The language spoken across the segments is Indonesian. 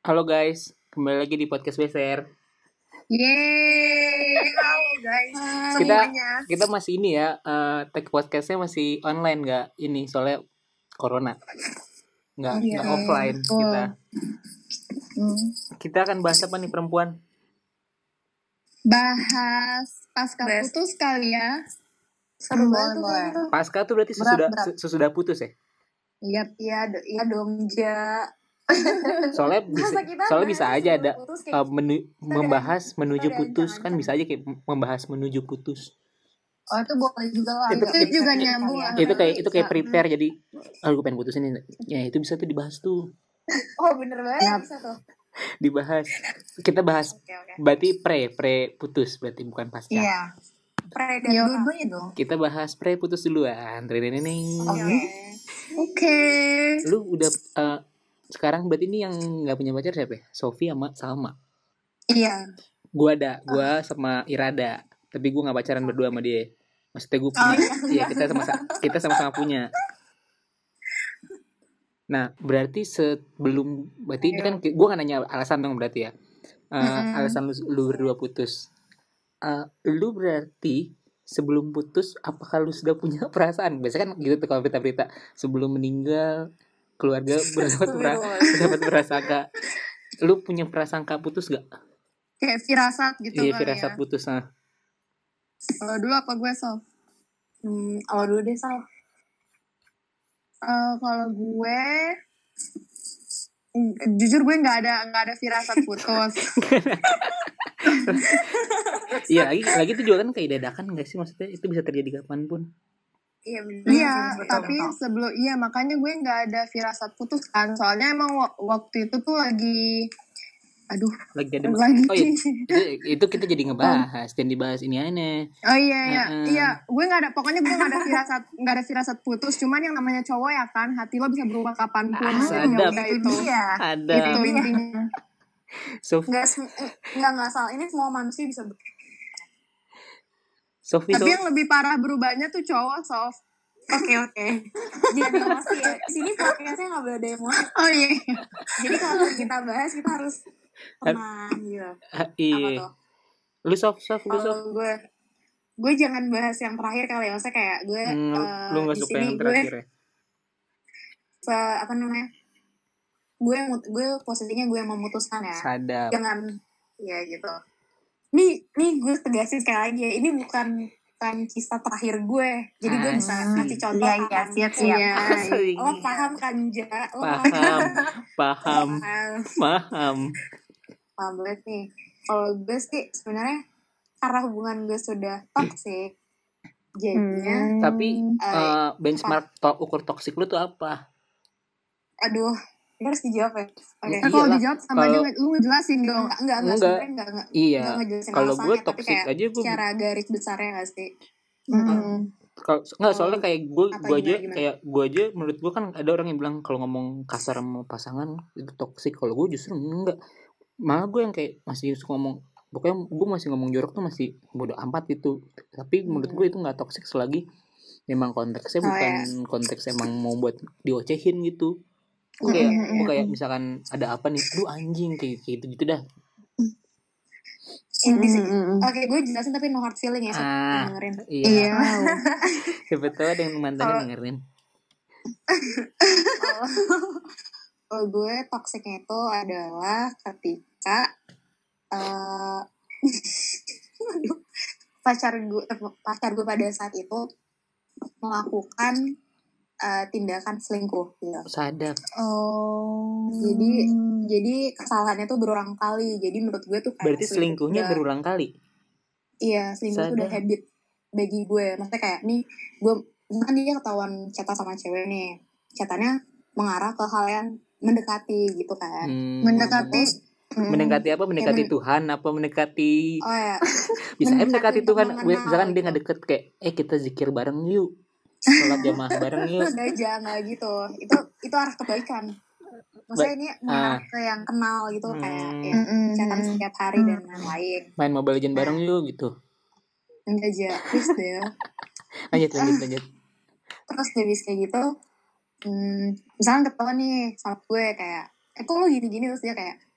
Halo guys, kembali lagi di podcast BSR. Yeay, halo guys Kita masih ini ya, tag podcastnya masih online nggak ini soalnya corona, nggak offline kita. Kita akan bahas apa nih perempuan? Bahas pasca putus kali ya. Seru banget tuh. Pasca tuh berarti sesudah putus ya? Iya dong, Ja. Soalnya bisa aja ada membahas menuju putus kan, bisa aja kayak membahas menuju putus. Oh, itu boleh juga lah. Itu juga nyambung. Itu kayak prepare, jadi gue pengen putusin ini. Ya itu bisa tuh dibahas tuh. Oh, bener banget bisa tuh. Dibahas. Kita bahas. Okay. Berarti pre putus berarti, bukan pasca. Iya. Pre dan dua-duanya dong. Kita bahas pre putus duluan. Oke. Lu udah sekarang berarti ini yang nggak punya pacar siapa ya? Sofi sama Salma. Iya. Gua sama Irada. Tapi gue nggak pacaran berdua sama dia. Maksudnya gue punya. Iya, kita sama-sama punya. Nah, berarti berarti ini kan gue nggak nanya alasan dong berarti ya. Alasan lu berdua putus. Lu berarti sebelum putus apakah lu sudah punya perasaan? Biasanya kan gitu tuh kalau berita-berita sebelum meninggal keluarga mendapat prasangka. Lu punya prasangka putus gak? Kayak firasat gitu. Iya, firasat ya. Putus. Kalau dulu apa gue, Sal? Kalau dulu deh, Sal. Kalau gue jujur gue nggak ada firasat putus. Iya, lagi itu juga kan kayak dadakan nggak sih, maksudnya itu bisa terjadi kapanpun. Iya benar. Iya, tapi makanya gue nggak ada firasat putus kan, soalnya emang waktu itu tuh lagi ada. Oh itu kita jadi ngebahas dan dibahas ini aneh. Oh iya. Gue pokoknya gue nggak ada firasat putus, cuman yang namanya cowok ya kan, hati lo bisa berubah kapanpun. Sadap itu. Iya. Ada. Itu intinya. Nggak salah. Ini semua manusia bisa Tapi yang lebih parah berubahnya tuh cowok, Sof. Oke. Jangan emosi ya. Di sini podcastnya nggak boleh ada emosi. Oh iya. Jadi kalau kita bahas kita harus tenang gitu. Iya. Lu Sof. Gue jangan bahas yang terakhir kali ya. Maksudnya kayak gue lu nggak suka yang terakhir ya? Gue posisinya gue yang memutuskan ya. Sadap. Jangan ya gitu. Nih gue tegasin sekali lagi ya, ini bukan kisah terakhir gue, jadi gue bisa kasih contoh. Iya, siap. Lo paham kan, Ja? Paham banget nih. Kalau gue sih sebenarnya karena hubungan gue sudah toxic, jadinya. Tapi benchmark ukur toxic lu tuh apa? Aduh, harus dijawab ya. Okay. Kalau dijawab sama dia, lu ngejelasin dong. Enggak. Iya. Kalau gue toxic aja gue. Secara garis besarnya nggak sih? Kalau soalnya kayak gue aja menurut gue kan ada orang yang bilang kalau ngomong kasar sama pasangan itu toxic. Kalau gue justru enggak. Malah gue yang kayak masih suka ngomong, pokoknya gue masih ngomong jorok tuh masih bodo amat gitu. Tapi menurut gue itu nggak toxic selagi memang konteksnya bukan konteks emang mau buat diocehin gitu. Kayak misalkan ada apa nih, aduh anjing kayak gitu dah. Oke, gue jelasin tapi no hard feeling ya, dengerin. Iya. Siapa tahu ada yang mantannya dengerin. Kalau gue toksiknya itu adalah ketika pacar gue pada saat itu melakukan tindakan selingkuh gitu. Sadap. Oh. Jadi kesalahannya tuh berulang kali. Jadi menurut gue tuh kayak berarti selingkuhnya berulang kali. Iya, selingkuh tuh udah habit bagi gue. Maksudnya kayak nih, gue kan dia ketahuan chatan sama cewek nih. Chatannya mengarah ke hal yang mendekati gitu kan. Mendekati apa? Mendekati Tuhan apa mendekati? Oh ya. Bisa mendekati Tuhan. Misalkan dia ngedekat kayak kita zikir bareng yuk. Sholat jamaah bareng yuk. Jangan gitu. Itu arah kebaikan. Maksudnya ini mengarah ke yang kenal gitu, kayak chatan setiap hari dan lain-lain. Main Mobile Legends bareng yuk gitu. Enggak aja, please deh. Lanjut. Terus habis kayak gitu, misalnya ketahuan nih sama gue kayak, kok lo gini-gini, terus dia kayak,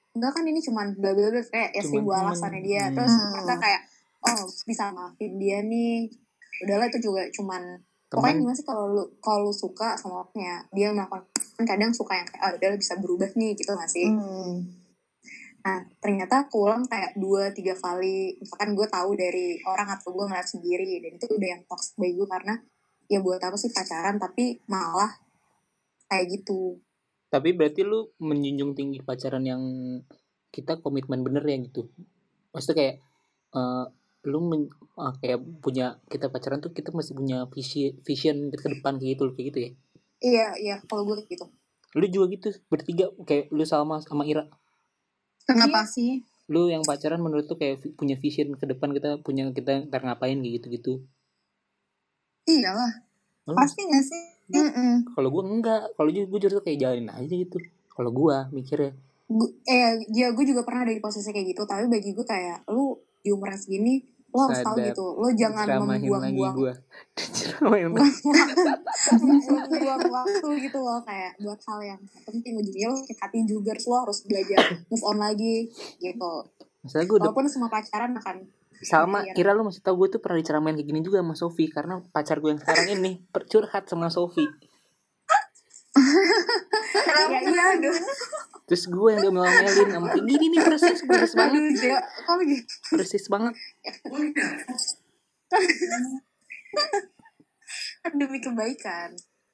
enggak kan ini cuman bla bla bla kayak ya seribu alasannya dia. Terus ternyata kayak oh bisa maafin dia nih, udahlah itu juga cuman pokoknya gimana sih kalau lu suka sama orangnya, dia melakukan kadang suka yang kayak oh udahlah bisa berubah nih gitu nggak sih. Nah ternyata keulang kayak 2-3 kali, misalkan gue tahu dari orang atau gue ngeliat sendiri, dan itu udah yang toxic bagi gue, karena ya buat apa sih pacaran tapi malah kayak gitu. Tapi berarti lu menjunjung tinggi pacaran yang kita komitmen bener ya gitu. Maksudnya kayak lu kayak punya, kita pacaran tuh kita masih punya vision ke depan kayak gitu ya. Iya kalau gue gitu. Lu juga gitu bertiga kayak lu sama Ira. Kenapa sih? Lu yang pacaran menurut tuh kayak punya vision ke depan, kita ntar ngapain kayak gitu. Iyalah. Pasti gak sih? Kalau gue enggak, kalau gue justru kayak jalanin aja gitu. Kalau gue mikirnya. Gue juga pernah ada di posisi kayak gitu, tapi bagi gue kayak lu di umur segini lo harus tahu gitu, lo jangan membuang-buang membuang waktu gitu loh, kayak buat hal yang penting ujungnya lo sakit hati juga, lo harus belajar move on lagi gitu. Walaupun semua pacaran akan sama Ira, lu masih tahu gue tuh pernah diceramain kayak gini juga sama Sofi, karena pacar gue yang sekarang ini curhat sama Sofi. Terus gue yang diomelin sama kayak gini nih, persis banget. Persis banget. Demi kebaikan.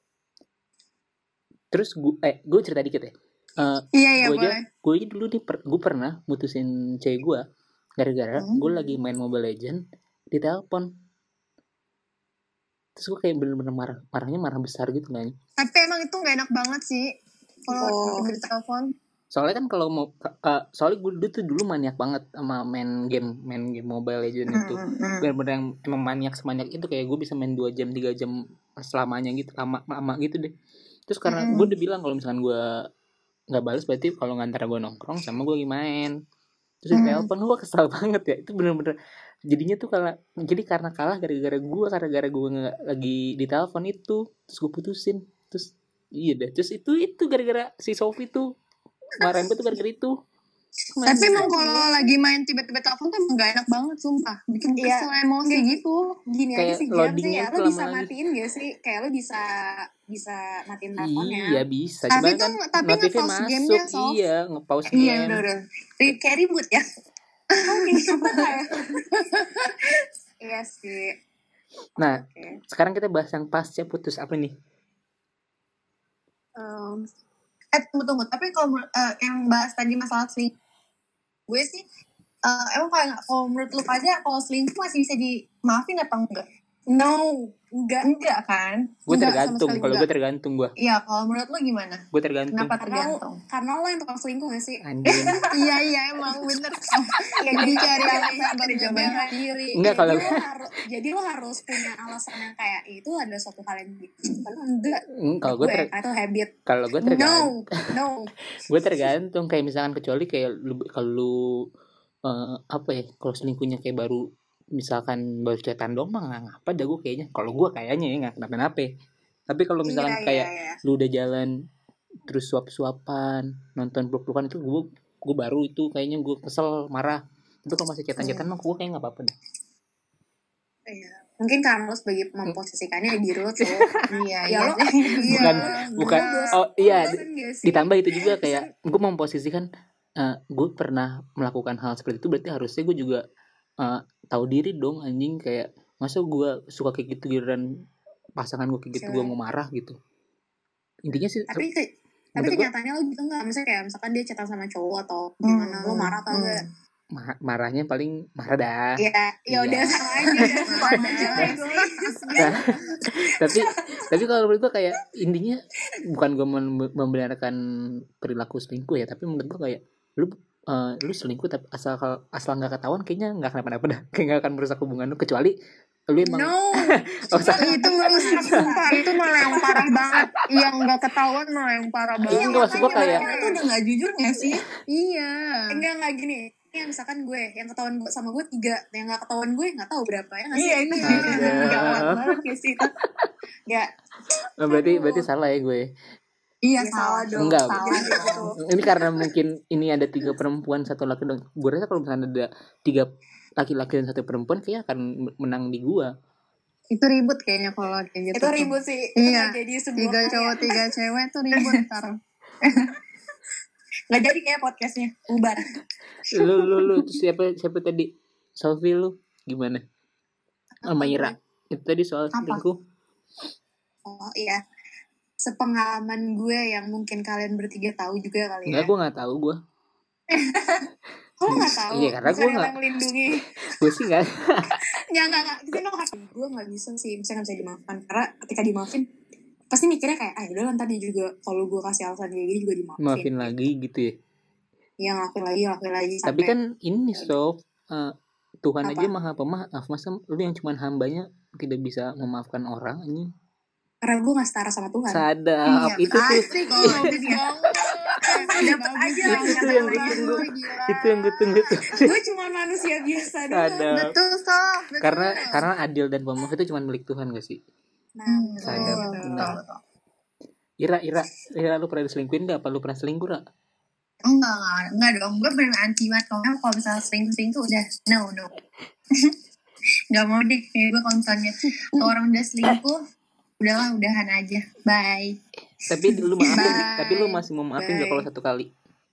Terus gue cerita dikit ya. Iya boleh. Gue aja dulu nih gue pernah mutusin cewek gue gara-gara gue lagi main Mobile Legend di telepon. Terus gue kayak bener-bener marahnya marah besar gitu kan. Tapi emang itu gak enak banget sih kalau di telepon. Soalnya kan kalau mau soalnya gue tuh dulu maniak banget sama main game Mobile Legend itu. Bener-bener yang emang maniak semaniak itu, kayak gue bisa main 2 jam 3 jam selamanya gitu, lama gitu deh. Terus karena gue udah bilang kalau misalkan gue nggak balas berarti kalau ngantara gue nongkrong sama gue lagi main. Terus di telepon gue kesal banget ya. Itu bener-bener jadinya tuh karena kalah gara-gara gue nggak lagi di telepon itu. Terus gue putusin. Terus iya deh. Terus itu gara-gara si Sofi tuh marahin gue tuh gara-gara itu. Tapi emang kalau lagi main tiba-tiba telepon tuh emang gak enak banget sumpah, bikin kesel emosi gitu. Gini kayak aja sih Jam sih ya, lo bisa matiin gak sih? Kayak lo bisa matiin teleponnya. Iya bisa. Tapi kan notifnya masuk. Gamenya Sof. Iya nge-pause game. Iya udah. Kayak ribut ya. Iya sih. Nah sekarang kita bahas yang pasca putus apa nih? Tunggu. Tapi kalau yang bahas tadi masalah selingkuh, gue sih emang kalau menurut lu aja kalau selingkuh masih bisa dimaafin apa enggak? No, enggak kan? Gue tergantung. Kalau gue tergantung gue. Iya, kalau menurut lu gimana? Gue tergantung. Kenapa tergantung? Karena lo yang tukang selingkuh gak sih? Iya emang bener. Ya jadi cari alasan bela diri. Enggak kalau. Jadi lo harus punya alasan yang kayak itu ada suatu hal yang kalau enggak. Kalau gue itu habit. Kalau gue tergantung. No. Gue tergantung, kayak misalkan kecuali kayak kalau apa ya, kalau selingkuhnya kayak baru misalkan baru chatan doang mah ngapa dah gue kayaknya. Kalau gue kayaknya ya nggak kenapa-napa. Tapi kalau misalkan lu udah jalan terus suap-suapan, nonton peluk-pelukan, itu gue baru itu kayaknya gue kesel, marah. Itu kalau masih chatan mah gue kayak nggak apa-apa deh. Iya. Mungkin karena lo sebagai memposisikannya di diri lo tuh. Iya. Bukan. Oh iya. Ditambah itu juga kayak gue memposisikan gue pernah melakukan hal seperti itu, berarti harusnya gue juga tahu diri dong anjing. Kayak masa gue suka kayak gitu giliran pasangan gue kayak gitu gue mau marah gitu. Intinya sih tapi kenyataannya lo gitu nggak? Misalnya kayak misalkan dia chatan sama cowok atau gimana, lo marah atau enggak? Marahnya paling marah dah. Ya udah sama aja. tapi kalau menurut gue kayak intinya bukan gue membenarkan perilaku selingkuh ya, tapi menurut gue kayak lu selingkuh tapi asal nggak ketahuan kayaknya nggak kenapa-napa dah, kayak nggak akan merusak hubungan lu, kecuali lu emang itu malah yang parah banget, yang nggak ketahuan malah yang parah banget. Iya, maksud gue kayak itu udah nggak jujur nggak sih? Iya. Enggak gini. Yang misalkan gue yang ketahuan gue sama gue 3, yang nggak ketahuan gue nggak tahu berapa ya nggak sih? Iya ini gawat banget ya sih. Nggak. Berarti salah ya gue. Iya, Ya, salah dong. Enggak. Salah gitu. Ini karena mungkin ini ada 3 perempuan 1 laki dong. Gue rasa kalau misalnya ada 3 laki-laki dan 1 perempuan kayaknya akan menang di gua. Itu ribut kayaknya kalau kayak gitu. Itu ribut sih. Iya. Itu jadi sebuah 3 cowok 3 cewek tuh ribut ntar. Nggak jadi kayak podcastnya bubar. Lu terus siapa tadi? Sofi lu gimana? Sama Ira. Itu tadi soal selingkuh. Oh iya. Sepengalaman gue yang mungkin kalian bertiga tahu juga kali ya. Enggak, gue nggak tahu gue. Lo nggak tahu? Iya, karena gue nggak melindungi. Gue sih nggak. Ya nggak. Gue nggak bisa sih, misalnya nggak bisa dimaafkan. Karena ketika dimaafin, pasti mikirnya kayak, udah ntar dia juga kalau gue kasih alasan kayak gini juga dimaafin. Maafin lagi gitu ya. Iya, ngelakuin lagi. Tapi kan ini Tuhan Apa? aja maha pemaaf. Masa lu yang cuman hambanya tidak bisa memaafkan orang ini? Karena gue nggak setara sama Tuhan. Sadap. Itu tuh. Asik dapat aja lah. Itu yang gue tunggu tuh. Gue cuma manusia biasa doang. Sadap. Betul, Sof. Karena adil dan pemaaf itu cuma milik Tuhan gak sih? Nah, Sadap. Benar. Ira, lu pernah diselingkuhin gak? Apa lu pernah selingkuh, Ra? Enggak dong. Gue bener anti banget. Kalau misalnya selingkuh udah no. Gak mau deh. Kayak gue kalau misalnya orang udah selingkuh, udahlah, udahan aja. Bye. Tapi lu maafin. Bye. Tapi lu masih mau maafin gak kalau 1 kali?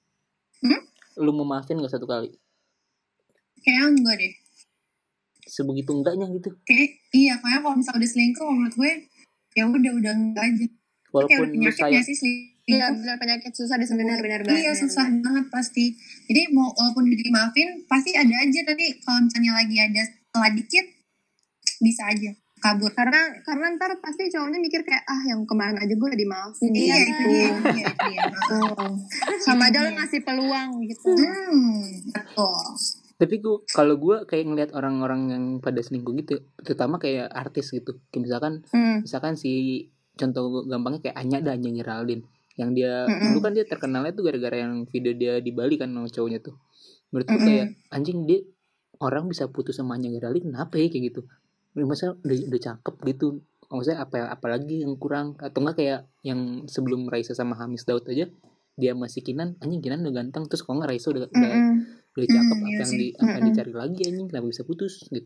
Lu mau maafin gak 1 kali? Kayaknya enggak deh. Sebegitu enggaknya gitu. Iya, kayaknya kalau misalnya udah selingkuh, menurut gue ya udah enggak aja. Walaupun kayak lu penyakit sayang. gak sih selingkuh? Iya, benar penyakit susah disembuhin. benar. Iya, susah banget pasti. Jadi walaupun udah dimaafin, pasti ada aja nanti kalau misalnya lagi ada setelah dikit, bisa aja kabur. Karena ntar pasti cowoknya mikir kayak, yang kemarin aja gue udah dimaafin. Iya, itu dia. Sama aja lo ngasih peluang gitu. Betul. Tapi kalau gue kayak ngeliat orang-orang yang pada selingkuh gitu, terutama kayak artis gitu. Kayak misalkan si contoh gampangnya kayak Anya Geraldine, yang dia dulu kan dia terkenalnya tuh gara-gara yang video dia di Bali kan sama cowoknya tuh. Menurut gue kayak anjing, dia orang bisa putus sama Anya Geraldine kenapa ya kayak gitu? Masa udah cakep gitu. Maksudnya apalagi yang kurang, atau enggak kayak yang sebelum Raisa sama Hamis Daud aja dia masih Kinan, anjing Kinan udah ganteng, terus kok nggak Raisa udah cakep, apa yang dicari lagi anjing, kenapa bisa putus gitu.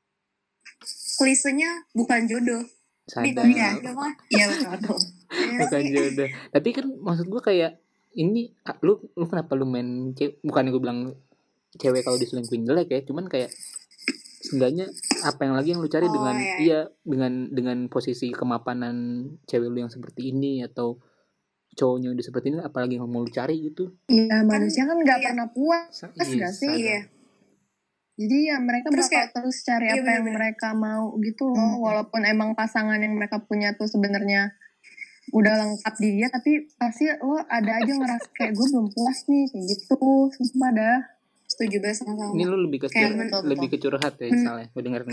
Klisenya bukan jodoh. Sadar. Iya, betul. Bukan jodoh. Tapi kan maksud gue kayak ini lu kenapa lu main bukannya gue bilang cewek kalau diselingkuhin jelek ya, cuman kayak seenggaknya apa yang lagi yang lu cari dengan posisi kemapanan cewek lu yang seperti ini atau cowoknya udah seperti ini, apalagi yang mau lu cari gitu. Iya, manusia kan nggak pernah puas nggak sih? Iya. Jadi ya mereka terus cari apa yang mereka mau gitu loh. Walaupun emang pasangan yang mereka punya tuh sebenarnya udah lengkap di dia, tapi pasti lo ada aja ngerasa kayak gue belum puas nih kayak gitu. Sumpah dah. Setuju banget sama. Ini lu lebih ke curhat ya misalnya. Gue denger.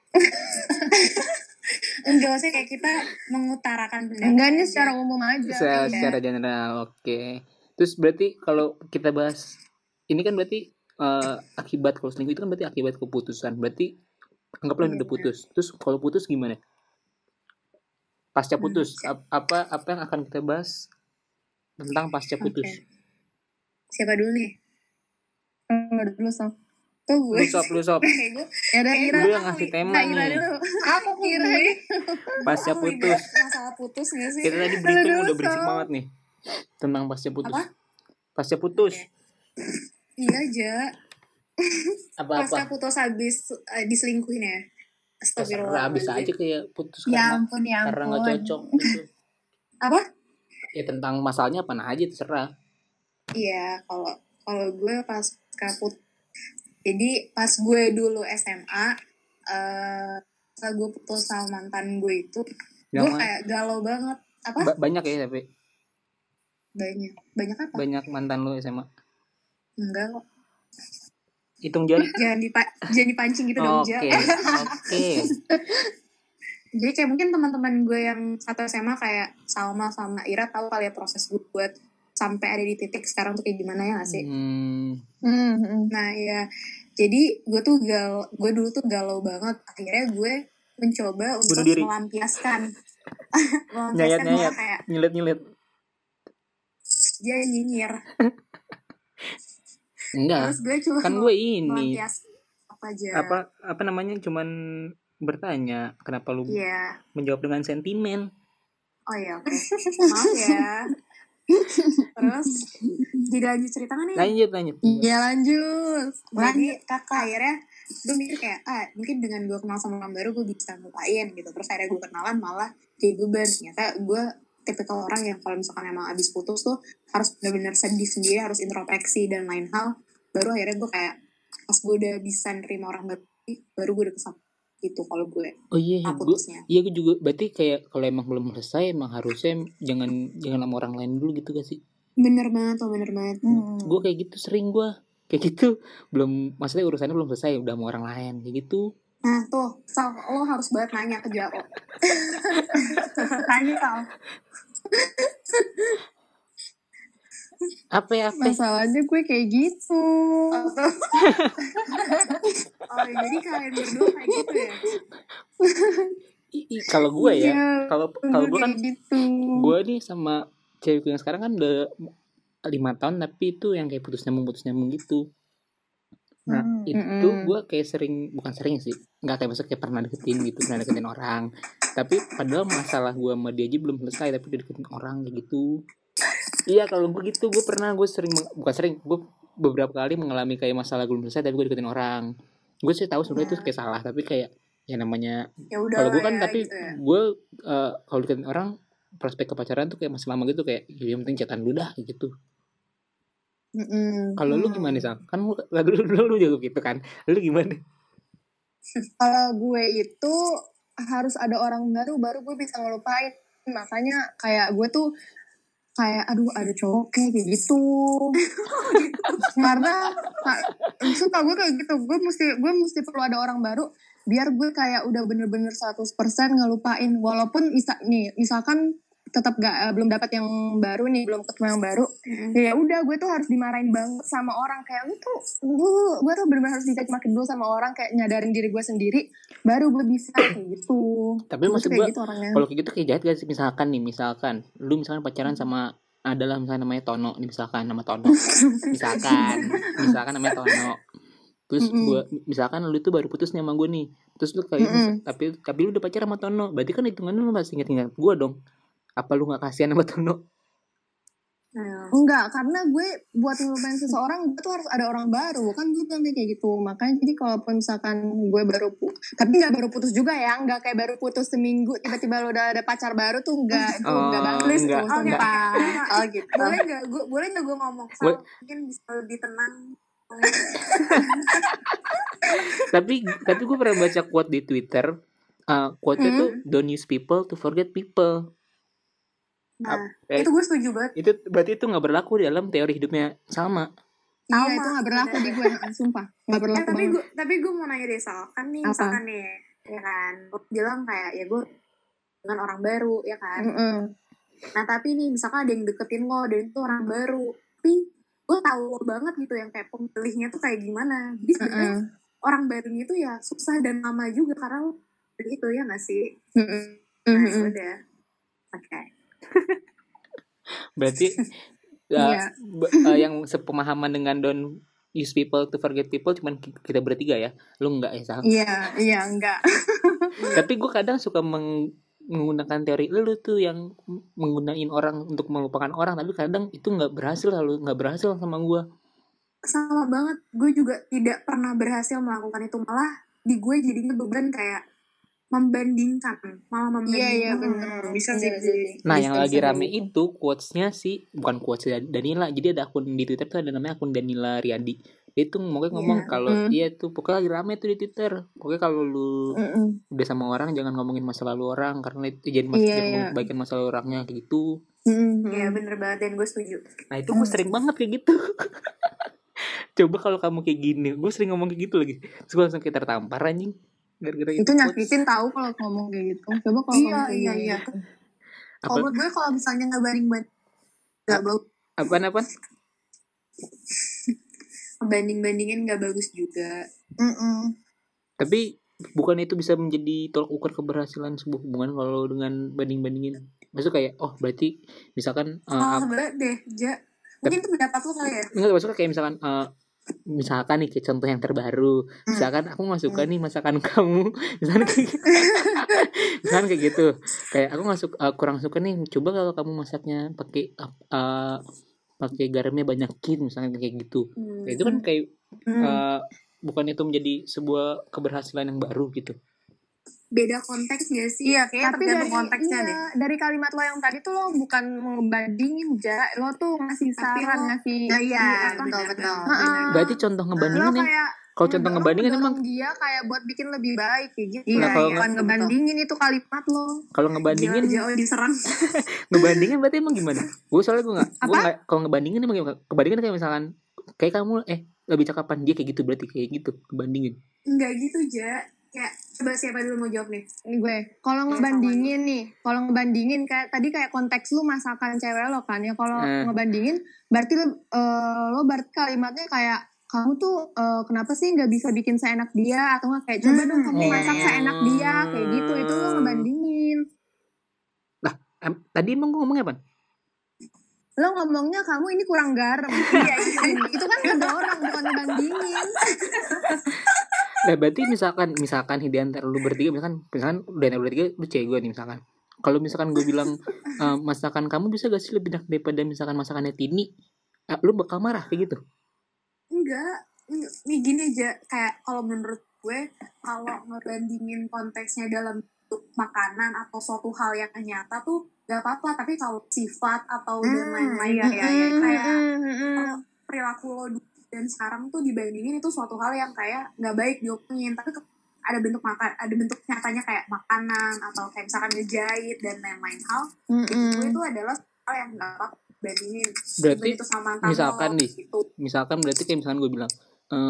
Enggak sih, kayak kita mengutarakan pendapat. Enggak, ini secara umum aja. Secara general, oke. Terus berarti kalau kita bahas ini kan berarti akibat kalau selingkuh itu kan berarti akibat keputusan. Berarti anggaplah udah putus. Terus kalau putus gimana? Pasca putus, apa yang akan kita bahas tentang pasca putus? Siapa dulu nih? Enggak dulu, Sof. Tuh gue. Lu sop. Ya udah, Ira. Lu yang ngasih tema nih. Apa Ira? Pasca putus. Masalah putus gak sih? Kita tadi briefing udah berisik banget nih tentang pasca putus. Apa? Pasca putus. Iya aja. Apa? Pasca putus habis diselingkuhin ya. Astagfirullah. Habis aja kayak putus Ya karena ampun. nggak cocok gitu. Apa? Ya tentang masalahnya apa aja terserah. Iya, kalau gue pas kaput. Jadi pas gue dulu SMA, setelah gue putus sama mantan gue itu, gue kayak galau banget. Apa? Banyak ya tapi. Banyak apa? Banyak mantan lu SMA. Enggak kok. Hitung jari. Jangan dipancing gitu dong, Ja. Oke. Jadi kayak mungkin teman-teman gue yang satu SMA kayak Salma sama Ira tahu kali ya proses gue buat sampai ada di titik sekarang tuh kayak gimana ya nggak sih? Nah ya, jadi gue dulu tuh galau banget. Akhirnya gue mencoba untuk melampiaskan Nyayat, nyilet. dia nyinyir. Enggak. Terus gue cuma kan gue ini apa namanya cuman bertanya kenapa lu menjawab dengan sentimen. Oh iya, oke. Maaf ya. Terus dilanjut cerita kan nih? Lanjut. Iya lanjut. Jadi kakak akhirnya gue mikir kayak mungkin dengan gue kenal sama orang baru gue bisa ngelupain gitu. Terus akhirnya gue kenalan malah jadi beban. Ternyata gue tipikal orang yang kalau misalkan emang abis putus tuh harus benar-benar sedih sendiri, harus introspeksi dan lain hal. Baru akhirnya gue kayak pas gue udah bisa nerima orang baru gue udah kesal gitu kalau gue. Oh iya, gue juga berarti kayak kalau emang belum selesai emang harusnya jangan sama orang lain dulu gitu gak sih? Bener banget. Gue kayak gitu sering kayak gitu belum, maksudnya urusannya belum selesai udah sama orang lain kayak gitu. Nah tuh Sal, lo harus banget nanya ke Jaro. Tanya Sal. Apa masalahnya gue kayak gitu. Oh jadi kalian berdua kayak gitu ya? Kalau gue ya kalau gue kan gitu. Gue nih sama cewekku yang sekarang kan udah 5 tahun tapi itu yang kayak putus nyambung gitu. Nah itu gue kayak bukan sering sih, nggak kayak maksudnya kayak pernah deketin orang, tapi padahal masalah gue sama dia aja belum selesai tapi udah deketin orang kayak gitu. Iya kalau gue gitu, gue beberapa kali mengalami kayak masalah belum selesai tapi gue deketin orang. Gue sih tahu sebenarnya itu kayak salah, tapi kayak ya namanya kalau gue kan tapi gitu ya. Gue kalau deketin orang prospek kepacaran tuh kayak masih lama gitu, kayak yang penting chatan dulu dah gitu. Kalau lu gimana sih? Kan lu juga gitu kan, lu gimana? Kalau gue itu harus ada orang baru gue bisa ngelupain. Makanya kayak gue tuh kayak aduh ada cowok kayak gitu. Karena suka gue kayak gitu, gue mesti perlu ada orang baru biar gue kayak udah bener-bener 100% ngelupain. Walaupun misalkan tetap belum dapat yang baru nih, belum ketemu yang baru. Ya udah gue tuh harus dimarahin banget sama orang, kayak gue tuh bener-bener harus dicaci maki dulu sama orang, kayak nyadarin diri gue sendiri baru gue bisa kayak gitu. Tapi maksud gue gitu kalau kayak gitu kayak jahat gak sih? Misalkan lu pacaran sama adalah misalnya namanya Tono nih, misalkan nama Tono. misalkan namanya Tono. Terus gue misalkan lu tuh baru putus nih sama gue nih. Terus lu kayak tapi lu udah pacaran sama Tono. Berarti kan hitungannya lu masih ingat gue dong. Apa lu gak kasihan sama Tono? Enggak, karena gue buat ngelupain seseorang gue tuh harus ada orang baru. Kan gue bilang kayak gitu. Makanya jadi kalaupun misalkan gue tapi gak baru putus juga ya, gak kayak baru putus seminggu tiba-tiba lo udah ada pacar baru tuh enggak. Itu enggak bagus tuh, sumpah. Oh gitu. Boleh gak gue ngomong mungkin bisa lebih tenang. tapi gue pernah baca quote di Twitter. Quote-nya tuh don't use people to forget people. Nah, itu gue setuju banget. Itu berarti itu nggak berlaku di dalam teori hidupnya Salma. Iya, itu nggak berlaku di gue, sumpah nggak berlaku. Tapi gue mau nanya deh Sal, kan nih misalkan nih, ya kan, lo bilang kayak ya gue dengan orang baru, ya kan. Nah tapi nih misalkan ada yang deketin lo dan itu orang baru, tapi gue tahu lo banget gitu yang kayak pemilihnya tuh kayak gimana. Jadi sebenarnya orang barunya itu ya susah dan lama juga karena lo itu ya nggak sih? Nah udah, oke. Berarti yang sepemahaman dengan don't use people to forget people cuman kita bertiga ya, lu enggak ya Sal? Iya enggak. Tapi gue kadang suka menggunakan teori lu tuh yang menggunain orang untuk melupakan orang, tapi kadang itu nggak berhasil sama gue. Sama banget, gue juga tidak pernah berhasil melakukan itu, malah di gue jadinya beban kayak membandingkan. Iya benar. Bisa sih. Nah yang lagi rame itu quotes-nya sih, bukan quotes Danila, jadi ada akun di Twitter tuh ada namanya akun Danila Riyadi. Dia tuh ngomong kalau iya tuh pokoknya lagi rame tuh di Twitter. Pokoknya kalau lu udah sama orang jangan ngomongin masa lalu orang karena itu jadi bagian masa lalu orangnya kayak gitu. Iya bener banget dan gue setuju. Nah itu gue sering banget kayak gitu. Coba kalau kamu kayak gini, gue sering ngomong kayak gitu lagi. Terus gue langsung kayak tertampar anjing. Gara-gara itu nyakitin tahu kalau ngomong kayak gitu. Coba kalau iya. Kalau menurut gue kalau misalnya nggak nggak bagus. Apaan? Banding-bandingin nggak bagus juga. Tapi bukan itu bisa menjadi tolak ukur keberhasilan sebuah hubungan kalau dengan banding-bandingin. Maksudnya kayak berarti misalkan banget deh, Ja. Mungkin itu pendapat lu kali ya. Enggak maksudnya kayak misalkan nih kayak contoh yang terbaru, misalkan aku nggak suka nih masakan kamu, misalkan kayak gitu, kayak aku nggak suka, kurang suka nih, coba kalau kamu masaknya pakai garamnya banyakin, misalnya kayak gitu. Kayak itu kan kayak bukan itu menjadi sebuah keberhasilan yang baru gitu. Beda konteks gak sih? Iya, kayak tergantung konteksnya deh. Dari kalimat lo yang tadi tuh lo bukan ngebandingin, lo tuh ngasih saran, ngasih betul. Berarti contoh ngebandingin kalau contoh ngebandingin emang dia kayak buat bikin lebih baik kayak gitu. Iya, kalau bukan ngebandingin itu kalimat lo. Kalau ngebandingin diserang. Ngebandingin berarti emang gimana? Gue nggak kalau ngebandingin emang gimana? Kebandingin kayak misalkan kayak kamu lebih cakapan dia kayak gitu, berarti kayak gitu ngebandingin. Enggak gitu, Ja. Kayak coba siapa dulu mau jawab nih? Gue. Kalau ngebandingin kayak tadi kayak konteks lu masakan cewek lo kan ya. Kalau ngebandingin berarti lo berarti kalimatnya kayak kamu tuh kenapa sih nggak bisa bikin seenak dia, atau nggak kayak coba dong kamu masak seenak dia kayak gitu, itu lo ngebandingin. Lah, tadi emang gue ngomongnya apa? Lo ngomongnya kamu ini kurang garam. Iya, itu kan ngedorong bukan ngebandingin. Nah, berarti misalkan di antara lu bertiga, misalkan di antara bertiga lu cewek gue nih misalkan. Kalau misalkan gue bilang masakan kamu bisa gak sih lebih enak daripada misalkan masakannya Tini, lu bakal marah kayak gitu? Enggak, nih gini aja, kayak kalau menurut gue, kalau ngebandingin konteksnya dalam bentuk makanan atau suatu hal yang nyata tuh gak apa-apa, tapi kalau sifat atau dan lain-lain kayak perilaku lo dan sekarang tuh dibandingin itu suatu hal yang kayak nggak baik diomongin, tapi ada bentuk nyatanya kayak makanan atau kayak misalkan ngejahit dan lain-lain hal, itu adalah hal yang nggak apa bandingin. Berarti sama misalkan nih, gitu. misalkan berarti kayak misalkan gue bilang,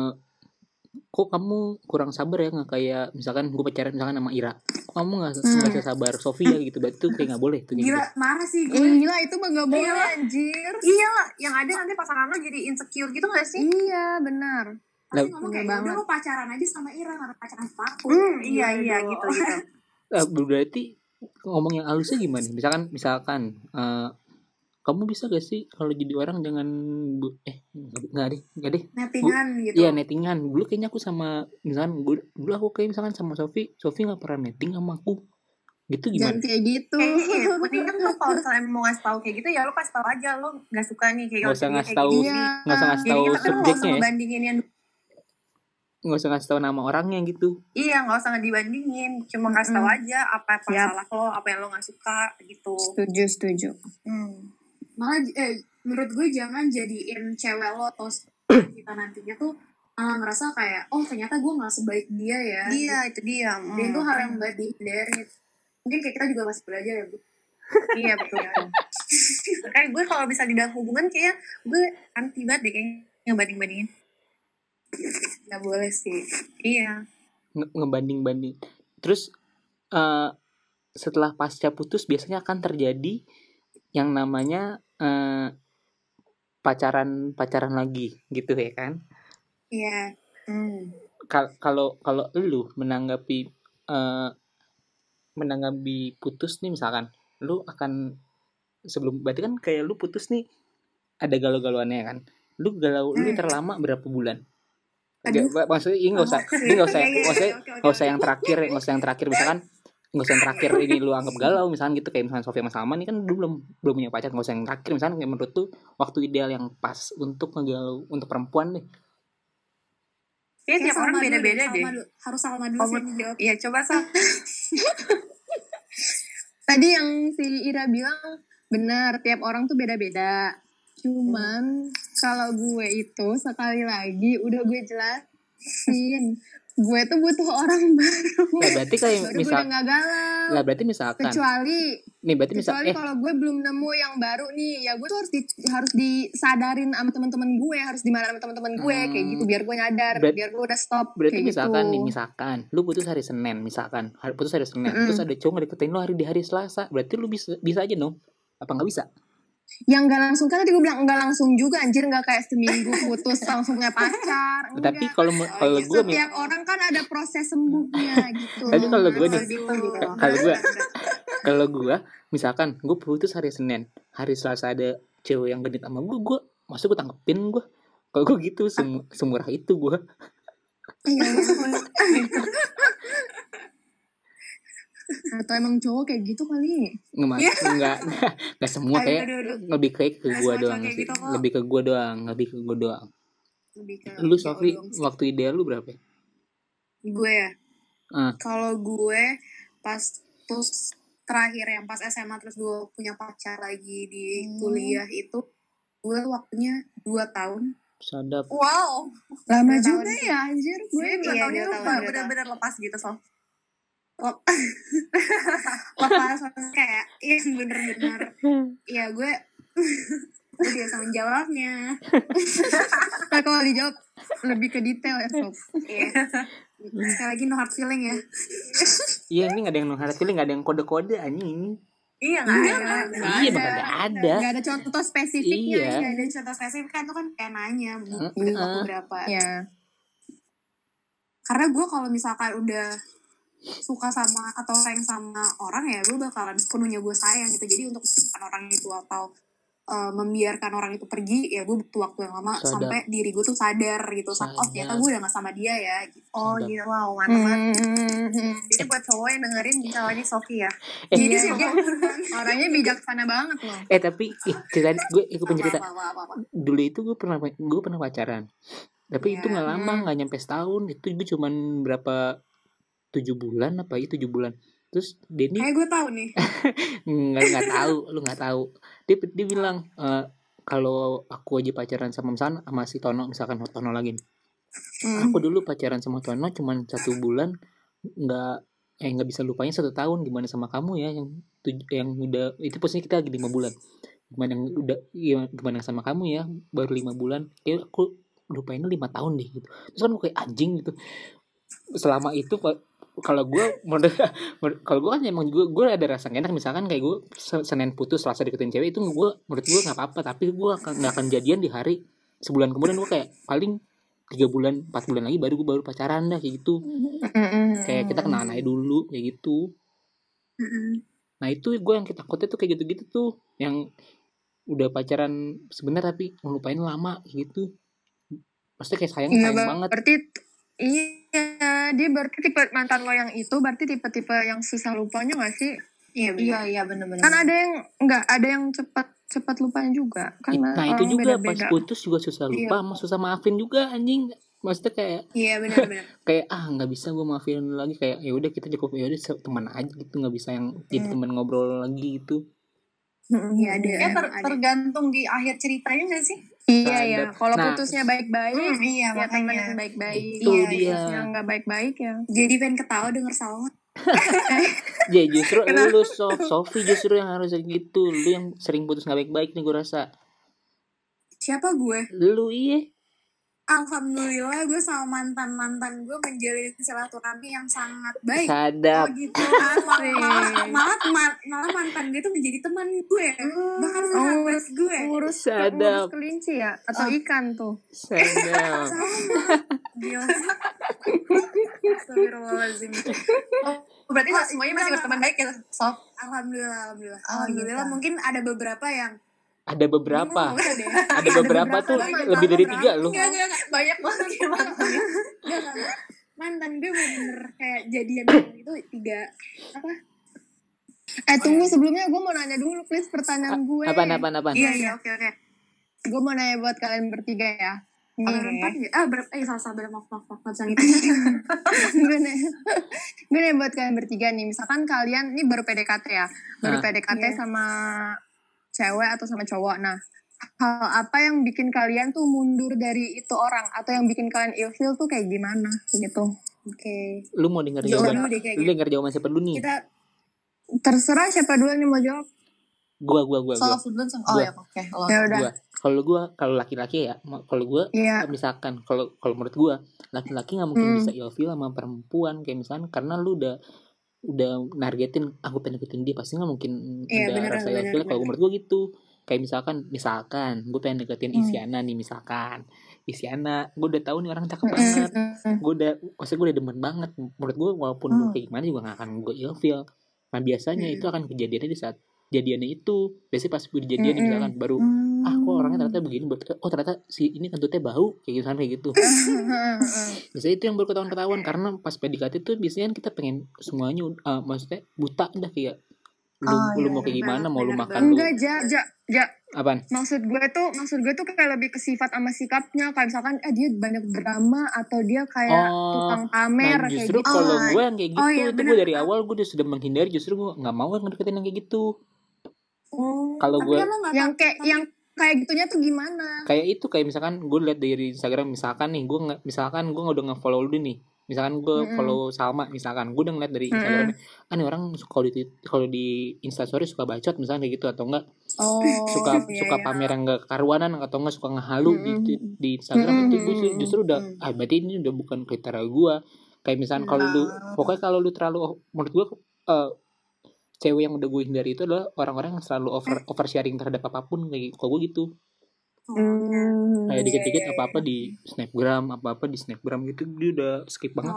kok kamu kurang sabar ya, nggak kayak misalkan gue pacaran misalkan sama Ira, kok kamu nggak bisa sabar Sofia gitu, berarti tuh kayak nggak boleh tuh. Gila, gitu. Marah sih gue. Gila, itu mah nggak boleh anjir. Iya lah, yang ada nanti pasangan lo jadi insecure gitu nggak sih? Iya benar. Pasti ngomong kayak udah lo pacaran aja sama Ira, nggak pacaran sama aku. Iya gitu. Berarti ngomong yang halusnya gimana? Misalkan kamu bisa gak sih kalau jadi orang jangan nggak deh nettingan gitu. Iya, nettingan. Dulu kayaknya aku sama misalkan dulu aku kayak misalkan sama Sofi nggak pernah netting sama aku gitu, gimana? Jangan kayak gitu. Mendingan lo kalau misalnya mau ngasih tahu kayak gitu ya lo kasih tahu aja lo nggak suka nih kayak nggak usah ngasih tahu, nggak usah ngasih tahu subjeknya ya. Nggak usah ngasih tahu nama orangnya gitu. Iya, nggak usah dibandingin, cuma kasih tahu aja apa salah lo, apa yang lo nggak suka gitu. Setuju. Malah menurut gue jangan jadiin cewek lo atau kita nantinya tuh ngerasa kayak ternyata gue nggak sebaik dia ya. Iya, itu dia. Dan itu hal yang buat dihindari. Mungkin kayak kita juga masih belajar ya, Bu. Iya betul. Kayak gue kalau bisa di dalam hubungan kayak gue anti banget deh kayaknya ngebanding-bandingin. Nggak boleh sih. Iya. Ngebanding-banding. Terus setelah pasca putus biasanya akan terjadi yang namanya pacaran lagi gitu ya kan? Iya. Kalau lu menanggapi putus nih misalkan, lu akan sebelum berarti kan kayak lu putus nih ada galau-galauannya kan? Lu galau lu terlama berapa bulan? Maksudnya ini nggak usah yang terakhir misalkan. Nggak usah yang terakhir ini lu anggap galau misalkan gitu, kayak misalkan Sofia sama nih kan dulu belum punya pacar, nggak usah yang terakhir misalkan, kayak menurut tuh waktu ideal yang pas untuk ngegalau untuk perempuan nih. Tiap orang beda-beda deh. Harus sama dulu sih dijawab. Iya, coba Sal. Tadi yang si Ira bilang benar, tiap orang tuh beda-beda. Cuman kalau gue itu sekali lagi udah gue jelasin, gue tuh butuh orang baru. Nah, berarti kayak misal nggak galau. Lah berarti misalkan. Kecuali kalau gue belum nemu yang baru nih, ya gue tuh harus disadarin sama teman-teman gue, harus dimarahin sama teman-teman gue kayak gitu, biar gue nyadar, biar gue udah stop. Berarti kayak misalkan gitu. Nih, misalkan lu putus hari Senin, terus ada cowok ngedeketin lu di hari Selasa, berarti lu bisa aja dong? Apa nggak bisa? Yang nggak langsung, kan tadi gue bilang nggak langsung juga anjir, nggak kayak seminggu putus langsung punya pacar. Tapi kalau gue setiap orang kan ada proses sembuhnya gitu. Tapi kalau gue misalkan gue putus hari Senin, hari Selasa ada cewek yang genit sama gue masa gue tanggepin gue. Kalau gue gitu semurah itu gue. Iya. Atau emang cowok kayak gitu kali? Enggak semua kayak lebih kayak ke gue doang sih. Gitu, lebih ke gue doang. Lu Sofi waktu ideal lu berapa? Gue ya. Kalau gue pas terus terakhir yang pas SMA terus gue punya pacar lagi di kuliah itu, gue waktunya 2 tahun. Sadap. Wow, lama juga ya anjir. Gue 2 tahunnya bener-bener lepas gitu Sof. Lepas kayak bener-bener ya gue biasa menjawabnya. Nah kalau dijawab lebih ke detail ya Sof. Iya. Sekali lagi no hard feeling ya. Iya, ini gak ada yang no hard feeling, gak ada yang kode-kode anjing. Iya gak ada. Iya ada. Gak ada contoh spesifiknya. Iya. Gak ada contoh spesifik kan, itu kan kayak nanya butuh waktu berapa. Iya. Karena gue kalau misalkan udah suka sama atau sayang sama orang ya gue bakalan sepenuhnya gue sayang gitu. Jadi untuk orang itu atau membiarkan orang itu pergi ya gue butuh waktu yang lama sampai diri gue tuh sadar gitu. Oh ternyata gue udah gak sama dia ya gitu. Oh gitu. Wow mantap banget. Jadi buat cowok yang dengerin bisa lagi Sofi ya. Jadi sih orangnya bijaksana banget loh. Tapi gue ikut pencerita. Dulu itu gue pernah pacaran. Tapi itu gak lama, gak nyampe setahun. Itu gue cuman berapa 7 bulan apa ya 7 bulan. Terus Denny gue tahu nih. nggak tahu, lu nggak tahu. Dia bilang kalau aku aja pacaran sama si Tono, misalkan Tono lagi nih. Aku dulu pacaran sama Tono cuman 1 bulan, nggak bisa lupanya 1 tahun. Gimana sama kamu ya yang udah itu posisinya kita lagi 5 bulan. Gimana sama kamu ya baru 5 bulan. Kayak aku lupainnya 5 tahun deh gitu. Terus kan gue kayak anjing gitu. Selama itu kalau gue kan emang gue ada rasa enak, misalkan kayak gue Senin putus Selasa deketin cewek itu menurut gue nggak apa-apa, tapi gue nggak akan jadian di hari sebulan kemudian. Gue kayak paling 3 bulan 4 bulan lagi baru pacaran dah kayak gitu. Kayak kita kenalan aja dulu kayak gitu. Nah itu gue yang kita takutnya tuh kayak gitu-gitu tuh, yang udah pacaran sebentar tapi ngelupain lama gitu. Pasti kayak sayang banget. Berarti iya, dia berarti tipe mantan lo yang itu berarti tipe-tipe yang susah lupanya nggak sih? Iya benar-benar. Kan ada yang nggak, ada yang cepat lupanya juga. Karena nah itu juga beda-beda. Pas putus juga susah lupa, sama susah maafin juga anjing. Maksudnya kayak benar-benar. Kayak nggak bisa gue maafin lagi, kayak ya udah kita cukup ya udah teman aja gitu, nggak bisa yang jadi teman ngobrol lagi gitu. Iya ada. Tergantung di akhir ceritanya nggak sih? Iya ya. Kalau putusnya baik-baik, iya ya makanya yang baik-baik. Itu dia. Yang nggak baik-baik ya. Jadi pengen ketawa denger Salma. Ya justru lu Sofi justru yang harus gitu. Lu yang sering putus nggak baik-baik nih gue rasa. Siapa gue? Lu iya. Alhamdulillah gue sama mantan gue menjalin silaturahmi yang sangat baik. Sadap. Oh gitu. Malah mantan gue tuh menjadi teman gue. Bahkan sahabat gue. Ngurus kelinci ya? Atau ikan tuh? Sadap. Gila. Astagfirullahaladzim. Berarti semuanya masih berteman baik ya, Sof? Alhamdulillah. Mungkin ada beberapa yang ada beberapa tuh lebih dari 3 loh. Banyak banget ya mantan gue bener kayak jadian itu 3 apa? Tunggu sebelumnya gue mau nanya dulu please pertanyaan gue. Apaan? Iya oke. Gue mau nanya buat kalian bertiga ya. Sabar maaf bisa gitu. Gue nanya buat kalian bertiga nih, misalkan kalian ini baru PDKT ya, PDKT sama cewek atau sama cowok. Nah, hal apa yang bikin kalian tuh mundur dari itu orang, atau yang bikin kalian ilfeel tuh kayak gimana gitu? Oke. Lu mau denger jawaban? Lu denger jawaban siapa dulu nih? Terserah siapa dulu nih mau jawab. Gua. Ya oke. Ya udah. Kalau laki-laki ya, kalau gue misalkan kalau menurut gue laki-laki nggak mungkin bisa ilfeel sama perempuan, kayak misalkan karena lu udah nargetin aku pengen deketin dia, pasti nggak mungkin ada rasa ilfeel. Kalau menurut gue gitu, kayak misalkan gue pengen deketin Isyana nih, misalkan Isyana gue udah tahu nih orang cakep banget, gue udah demen banget. Menurut gue walaupun gue kayak gimana juga nggak akan gue ilfeel. Nah biasanya itu akan kejadiannya di saat jadiannya itu, biasanya pas gue dijadian misalkan baru kok orangnya ternyata begini, oh ternyata si ini kentutnya bau kayak gitu. Biasanya itu yang baru ketahuan karena pas PDKT tuh biasanya kita pengen semuanya maksudnya buta udah kayak lu mau kayak gimana, mau lu makan enggak, Ja. Apaan? Maksud gue tuh kayak lebih ke sifat sama sikapnya, kayak misalkan dia banyak drama atau dia kayak tukang pamer kayak justru gitu. Kalau gue yang kayak gitu itu gue dari awal gue sudah menghindari, justru gue nggak mau ngedeketin yang kayak gitu. Kalau gue yang kayak gitunya tuh gimana? Kayak itu, kayak misalkan gue lihat dari Instagram, misalkan nih gue udah nge-follow lu nih. Misalkan gue follow Salma, misalkan gue udah ngeliat dari Instagramnya, nih orang kalau di Instastory suka bacot misalnya kayak gitu, atau enggak suka pamer yang enggak karuanan, atau enggak suka ngehalu di Instagram, itu gue justru udah berarti ini udah bukan kriteria gue. Kayak misalkan kalau lu terlalu, menurut gue cewek yang udah gue hindari itu adalah orang-orang yang selalu oversharing terhadap apapun kayak gue gitu. Kayak dikit-dikit apa-apa di Snapgram gitu dia udah skip banget.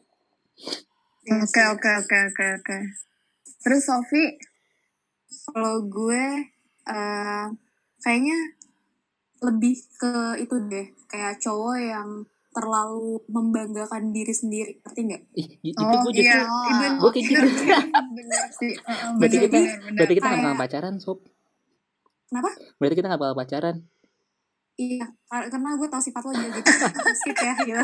Oke. Terus Sofi, kalau gue kayaknya lebih ke itu deh, kayak cowok yang terlalu membanggakan diri sendiri, ngerti nggak? Itu gue justru gue kayak gitu. Bener sih. Berarti kita nggak bakal pacaran, Sob. Kenapa? Berarti kita nggak bakal pacaran. Iya, karena gue tau sifat lo juga gitu. Skip ya gitu.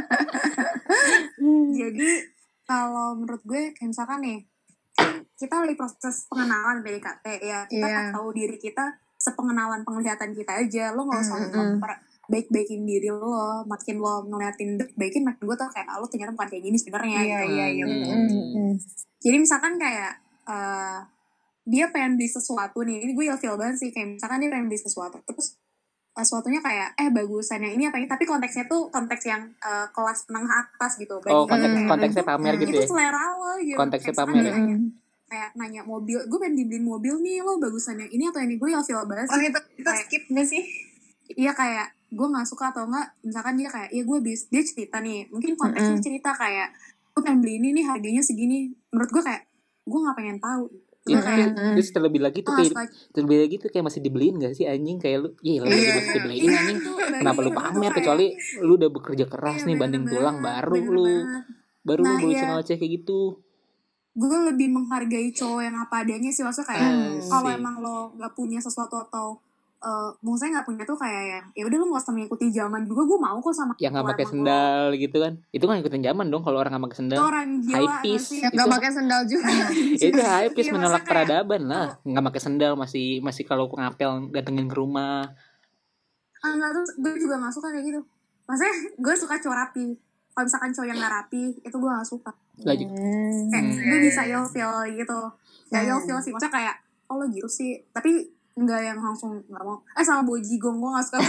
Jadi kalau menurut gue kayak misalkan nih, kita lagi proses pengenalan PDKT ya, kita tahu diri kita sepengenalan penglihatan kita aja. Lo nggak usah baik-baikin diri lo, makin lo ngeliatin baik-baikin, makin gue tau kayak lo ternyata bukan kayak gini sebenarnya. Iya. Jadi misalkan kayak dia pengen beli sesuatu nih, ini gue ilfeel banget sih, kayak misalkan dia pengen beli sesuatu, terus sesuatunya kayak bagusan yang ini apa ini, tapi konteksnya tuh konteks yang kelas menengah atas gitu. Konteksnya pamer gitu ya. Itu selera lo gitu. Konteksnya pamer ya. Kayak nanya mobil, gue pengen dibeliin mobil nih, lo bagusan yang ini atau ini, gue ilfeel banget sih. Kita skip gak sih? Iya, kayak gue gak suka, atau enggak misalkan dia kayak dia cerita nih, mungkin konteksnya cerita kayak gue pengen beli ini nih harganya segini, menurut gue kayak gue gak pengen tahu. Terus terlebih lagi tuh kayak masih dibeliin gak sih anjing, kayak lu masih dibeliin anjing, kenapa lu pamer, kecuali lu udah bekerja keras nih banding tulang baru lu beli sama cewek kayak gitu. Gue lebih menghargai cowok yang apa adanya sih, maksudnya kayak kalau emang lo gak punya sesuatu atau maksudnya nggak punya tuh kayak ya udah lu nggak usah mengikuti zaman juga, gue mau kok sama yang nggak pakai sendal gitu kan, itu kan ngikutin zaman dong. Kalau orang nggak pakai sendal, hypeis, nggak pakai sendal juga. Itu hypeis, menolak peradaban lah. Nggak pakai sendal masih kalau ngapel datengin ke rumah. Nggak, tuh gue juga nggak suka kayak gitu. Maksudnya gue suka cowok rapi. Kalau misalkan cowok yang nggak rapi, itu gue nggak suka. Lagi. Gue bisa ilfeel gitu. Nggak ilfeel sih, maksudnya kayak lo gitu sih, tapi enggak yang langsung nggak mau. Sama Bojigong gue nggak suka.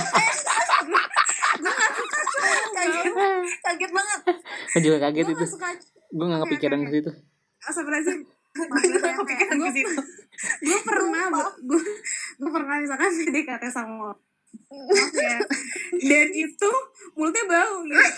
Gue nggak suka cowok. Kaget banget. Gue juga kaget itu. Gue nggak kepikiran ke situ. Astagfirullahaladzim. Gue pernah misalkan PDKT sama ya, dan itu mulutnya bau gitu.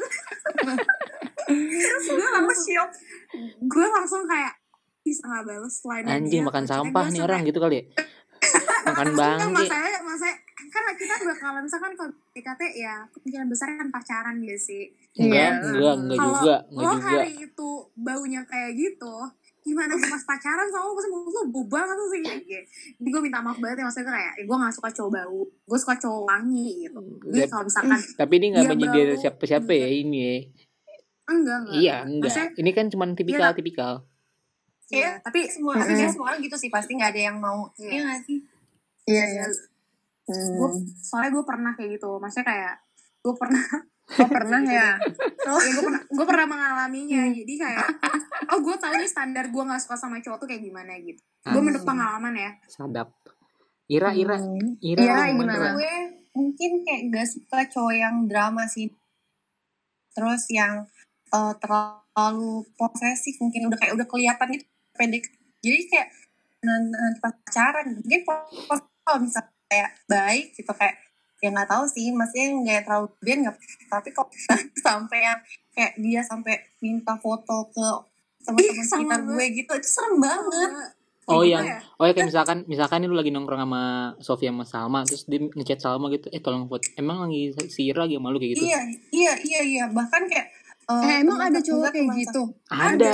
Terus gue langsung kayak bisa nggak balas selain anjing makan sampah nih orang gitu kali ya. Makan bangke. Maksudnya kan kita bakalan misalkan kalau PDKT ya kemungkinan besar kan pacaran ya sih. Enggak juga. Kalau hari itu baunya kayak gitu, gimana pas pacaran sama lo bau banget tuh sih. Jadi gue minta maaf banget ya, maksudnya kayak gue gak suka cowok bau, gue suka cowok wangi gitu. Jadi kalau misalkan tapi ini gak menyindir siapa-siapa ya ini ya. Enggak. Iya enggak, maksudnya, ini kan cuma tipikal. Iya, tapi semua orang gitu sih, pasti nggak ada yang mau. Iya nggak sih? Iya. Soalnya gue pernah kayak gitu, maksudnya kayak gue pernah. Ya. Gue pernah mengalaminya, jadi kayak gue tahu nih standar gue nggak suka sama cowok tuh kayak gimana gitu. Gue menurut pengalaman ya. Sadap. Ira gimana? Gue mungkin kayak nggak suka cowok yang drama sih. Terus yang terlalu posesif, mungkin udah kelihatan gitu pendek. Jadi kayak nanti pacaran mungkin kalau misalnya kayak baik gitu, kayak ya nggak tahu sih, maksudnya nggak terlalu bien nggak, tapi kok sampai yang kayak dia sampai minta foto ke teman-teman sekitar gue gitu, itu serem banget. Oh ya kayak misalkan ini lu lagi nongkrong sama Sofia sama Salma, terus dia ngechat Salma gitu, tolong vote. Emang lagi si Ira lagi malu kayak gitu? Iya. Bahkan kayak emang ada cowok kayak gitu? Ada.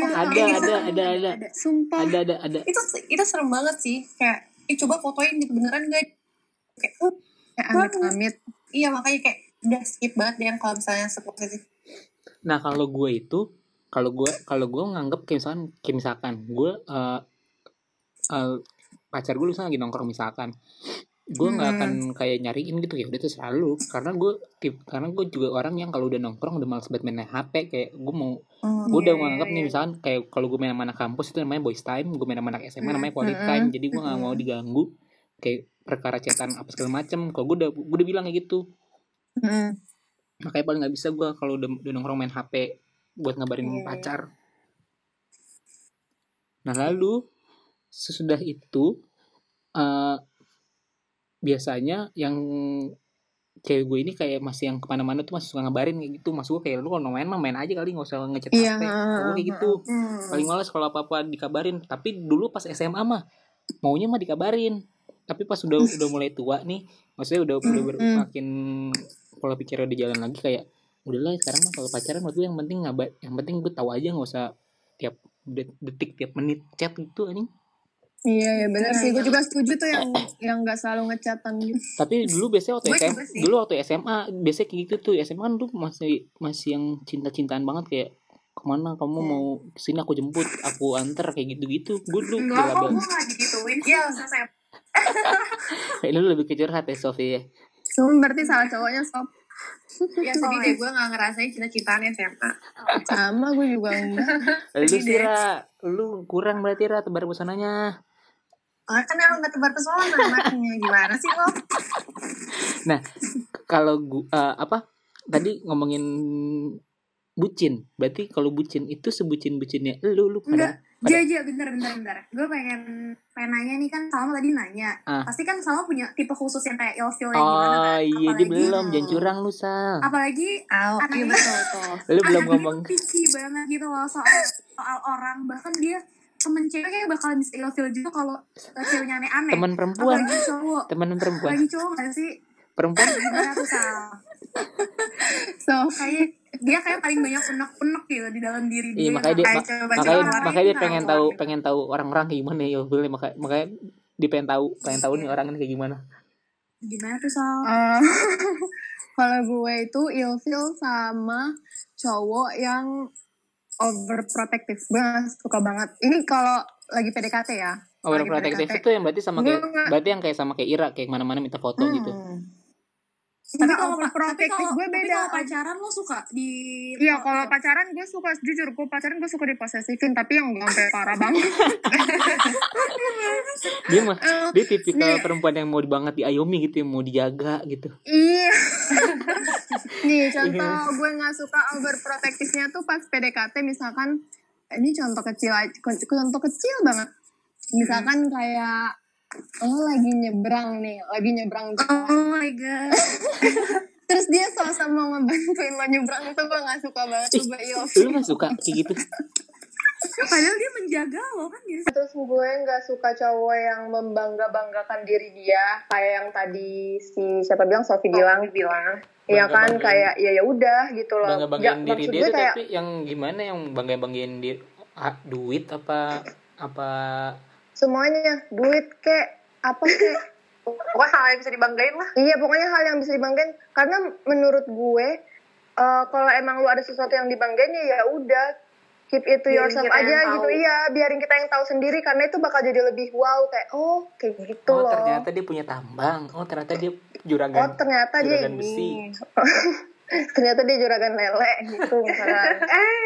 Sumpah. Ada. Itu serem banget sih. Kayak, coba fotoin gitu beneran gak? Kayak amit-amit. Iya, makanya kayak udah skip banget deh kalau misalnya seposesif. Nah, kalau gue nganggep kayak misalkan gue pacar gue misalnya lagi nongkrong misalkan, gue nggak akan kayak nyariin gitu ya udah terserah lu, karena gue juga orang yang kalau udah nongkrong udah malas banget main HP. Kayak gue udah menganggap nih misalkan kayak kalau gue main sama anak kampus itu namanya boys time, gue main sama anak SMA namanya quality time. Jadi gue nggak mau diganggu kayak perkara chatan apa segala macem. Kalau gue udah bilang kayak gitu. Makanya paling nggak bisa gue kalau udah nongkrong main HP buat ngabarin pacar. Nah lalu sesudah itu biasanya yang cewek gue ini kayak masih yang kemana-mana tuh masih suka ngabarin kayak gitu. Maksud gue kayak lu kalau main aja kali, nggak usah ngechat HP. Gue kayak gitu. Paling malas kalau apa-apa dikabarin. Tapi dulu pas SMA mah maunya mah dikabarin. Tapi pas udah mulai tua nih, maksudnya udah makin pola pikirnya udah jalan lagi, kayak udahlah sekarang mah kalau pacaran menurut gue yang penting gue tahu aja, nggak usah tiap detik tiap menit chat gitu anjing. Iya benar sih, gue juga setuju tuh yang nggak selalu ngechatan gitu. Tapi dulu biasanya waktu SMA biasanya kayak gitu tuh. SMA kan dulu masih yang cinta-cintaan banget, kayak kemana kamu mau kesini aku jemput, aku antar, kayak gitu-gitu. Gue dulu gue nggak digituin. Iya saya. Ini lebih ke curhat ya Sofi ya. Berarti salah cowoknya Sof. Ya sedih deh, gue gak ngerasain cinta-cintaannya SMA. Sama gue juga enggak. Lu sih Ra, lu kurang berarti Ra tebar pesonanya. Kan emang gak tebar pesona anaknya, gimana sih lo? Nah kalau tadi ngomongin bucin, berarti kalau bucin itu sebucin-bucinnya lu pada Enggak, bentar. Gue pengen nanya nih, kan Salma tadi nanya. Pasti kan Salma punya tipe khusus yang kayak ilfeel yang gimana kan? Iya, dia belum, jangan curang lu Sal. Apalagi anaknya lu belum ngomong. Picky banget gitu loh soal orang. Bahkan dia temen cewek kayak bakalan bisa ilfeel juga kalau ceweknya aneh-aneh. Teman perempuan. Apalagi cowok. Apalagi cowok gak sih? Perempuan gimana tuh Sal? Kayak dia kayak paling banyak unek-unek gitu di dalam diri dia. Iya, makanya dia pengen tahu orang-orang kayak gimana ya, makanya dia pengen tahu nih orang ini kayak gimana. Gimana tuh Sal? Kalau gue itu ilfeel sama cowok yang overprotective. Gue suka banget. Ini kalau lagi PDKT ya. Overprotective itu yang berarti yang kayak sama kayak Ira, kayak mana-mana minta foto gitu. Tapi kalau gue beda. Kalau pacaran lo suka di? Iya, kalau pacaran gue suka, jujur gue pacaran gue suka diposesifin, tapi yang gak sampai parah banget. Dia tipikal perempuan yang mau banget diayomi gitu, yang mau dijaga gitu. Iya. Nih contoh gue nggak suka overprotectivenya tuh pas PDKT, misalkan ini contoh kecil banget. Misalkan kayak lagi nyebrang oh my god. Terus dia sama mau ngebantuin lo nyebrang, itu gue gak suka banget. Lu gak suka kayak gitu? Padahal dia menjaga lo kan gitu. Terus gue gak suka cowok yang membangga-banggakan diri dia, kayak yang tadi Sofi bilang ya kan, kayak ya udah gitu loh. Bangga-banggain diri dia kayak, tapi yang gimana, yang bangga-banggain diri duit apa semuanya, duit kek apa kek, pokoknya hal yang bisa dibanggain lah. Iya, pokoknya hal yang bisa dibanggain. Karena menurut gue kalau emang lu ada sesuatu yang dibanggain, ya udah keep it to yourself aja gitu. Iya, biarin kita yang tahu sendiri, karena itu bakal jadi lebih wow, kayak gitu loh. Ternyata dia punya tambang. Ternyata dia juragan. Ternyata dia besi. Ternyata dia juragan lele gitu misalkan.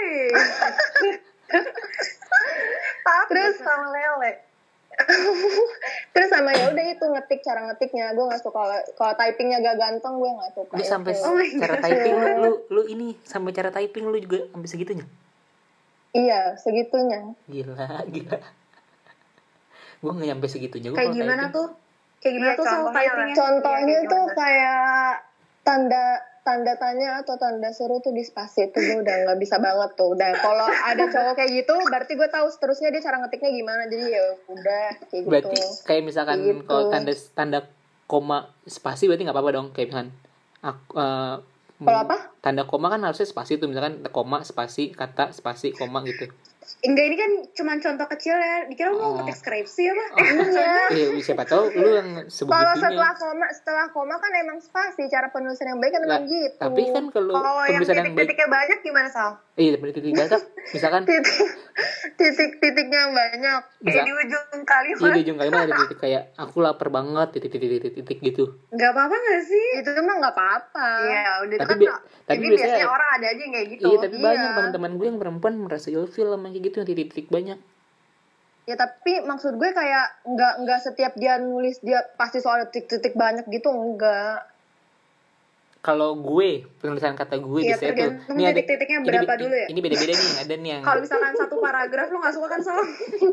Terus sama lele. Terus sama ya udah itu cara ngetiknya gue nggak suka. Kalau typingnya gak ganteng gue nggak suka. Dia sampai cara typing lu ini sampai cara typing lu juga sampai segitunya? Iya, segitunya. Gila. Gue nggak nyampe segitunya. Kayak gimana tuh? Kayak gimana tuh soal typingnya? Contohnya tuh kayak tanda tanda tanya atau tanda seru tuh di spasi itu gue udah nggak bisa banget tuh. Udah kalau ada cowok kayak gitu, berarti gue tahu seterusnya dia cara ngetiknya gimana. Jadi ya udah kayak berarti gitu. Berarti kayak misalkan gitu. Kalau tanda koma spasi berarti nggak apa-apa dong. Kayak misalkan kalau apa? Tanda koma kan harusnya spasi tuh, misalkan koma spasi kata spasi koma gitu. Enggak, ini kan cuma contoh kecil ya. Dikira mau ngetik skripsi apa? Iya, siapa tahu lu yang kalau sebegitunya. setelah koma kan emang spasi. Cara penulisan yang baik kan emang gitu. Tapi kan kalau penulisan yang titik-titiknya banyak gimana, Sal? Iya, titik banyak. Misalkan titik-titiknya banyak. Kayak di ujung kalimat. Iya, di ujung kalimat ada titik kayak aku lapar banget titik gitu. Enggak apa-apa enggak sih? Itu emang enggak apa-apa. Iya, udah tapi biasanya orang ada aja yang kayak gitu. Iya, tapi banyak teman-teman gue yang perempuan merasa ilfil sama kayak gitu, yang titik-titik banyak. Ya tapi maksud gue kayak enggak setiap dia nulis dia pasti soal titik-titik banyak gitu, enggak. Kalau gue penulisan kata gue ya, biasanya tuh ini ada titik-titiknya berapa dulu ya? Ini beda-beda nih, ada nih yang kalau misalkan satu paragraf lu nggak suka kan soal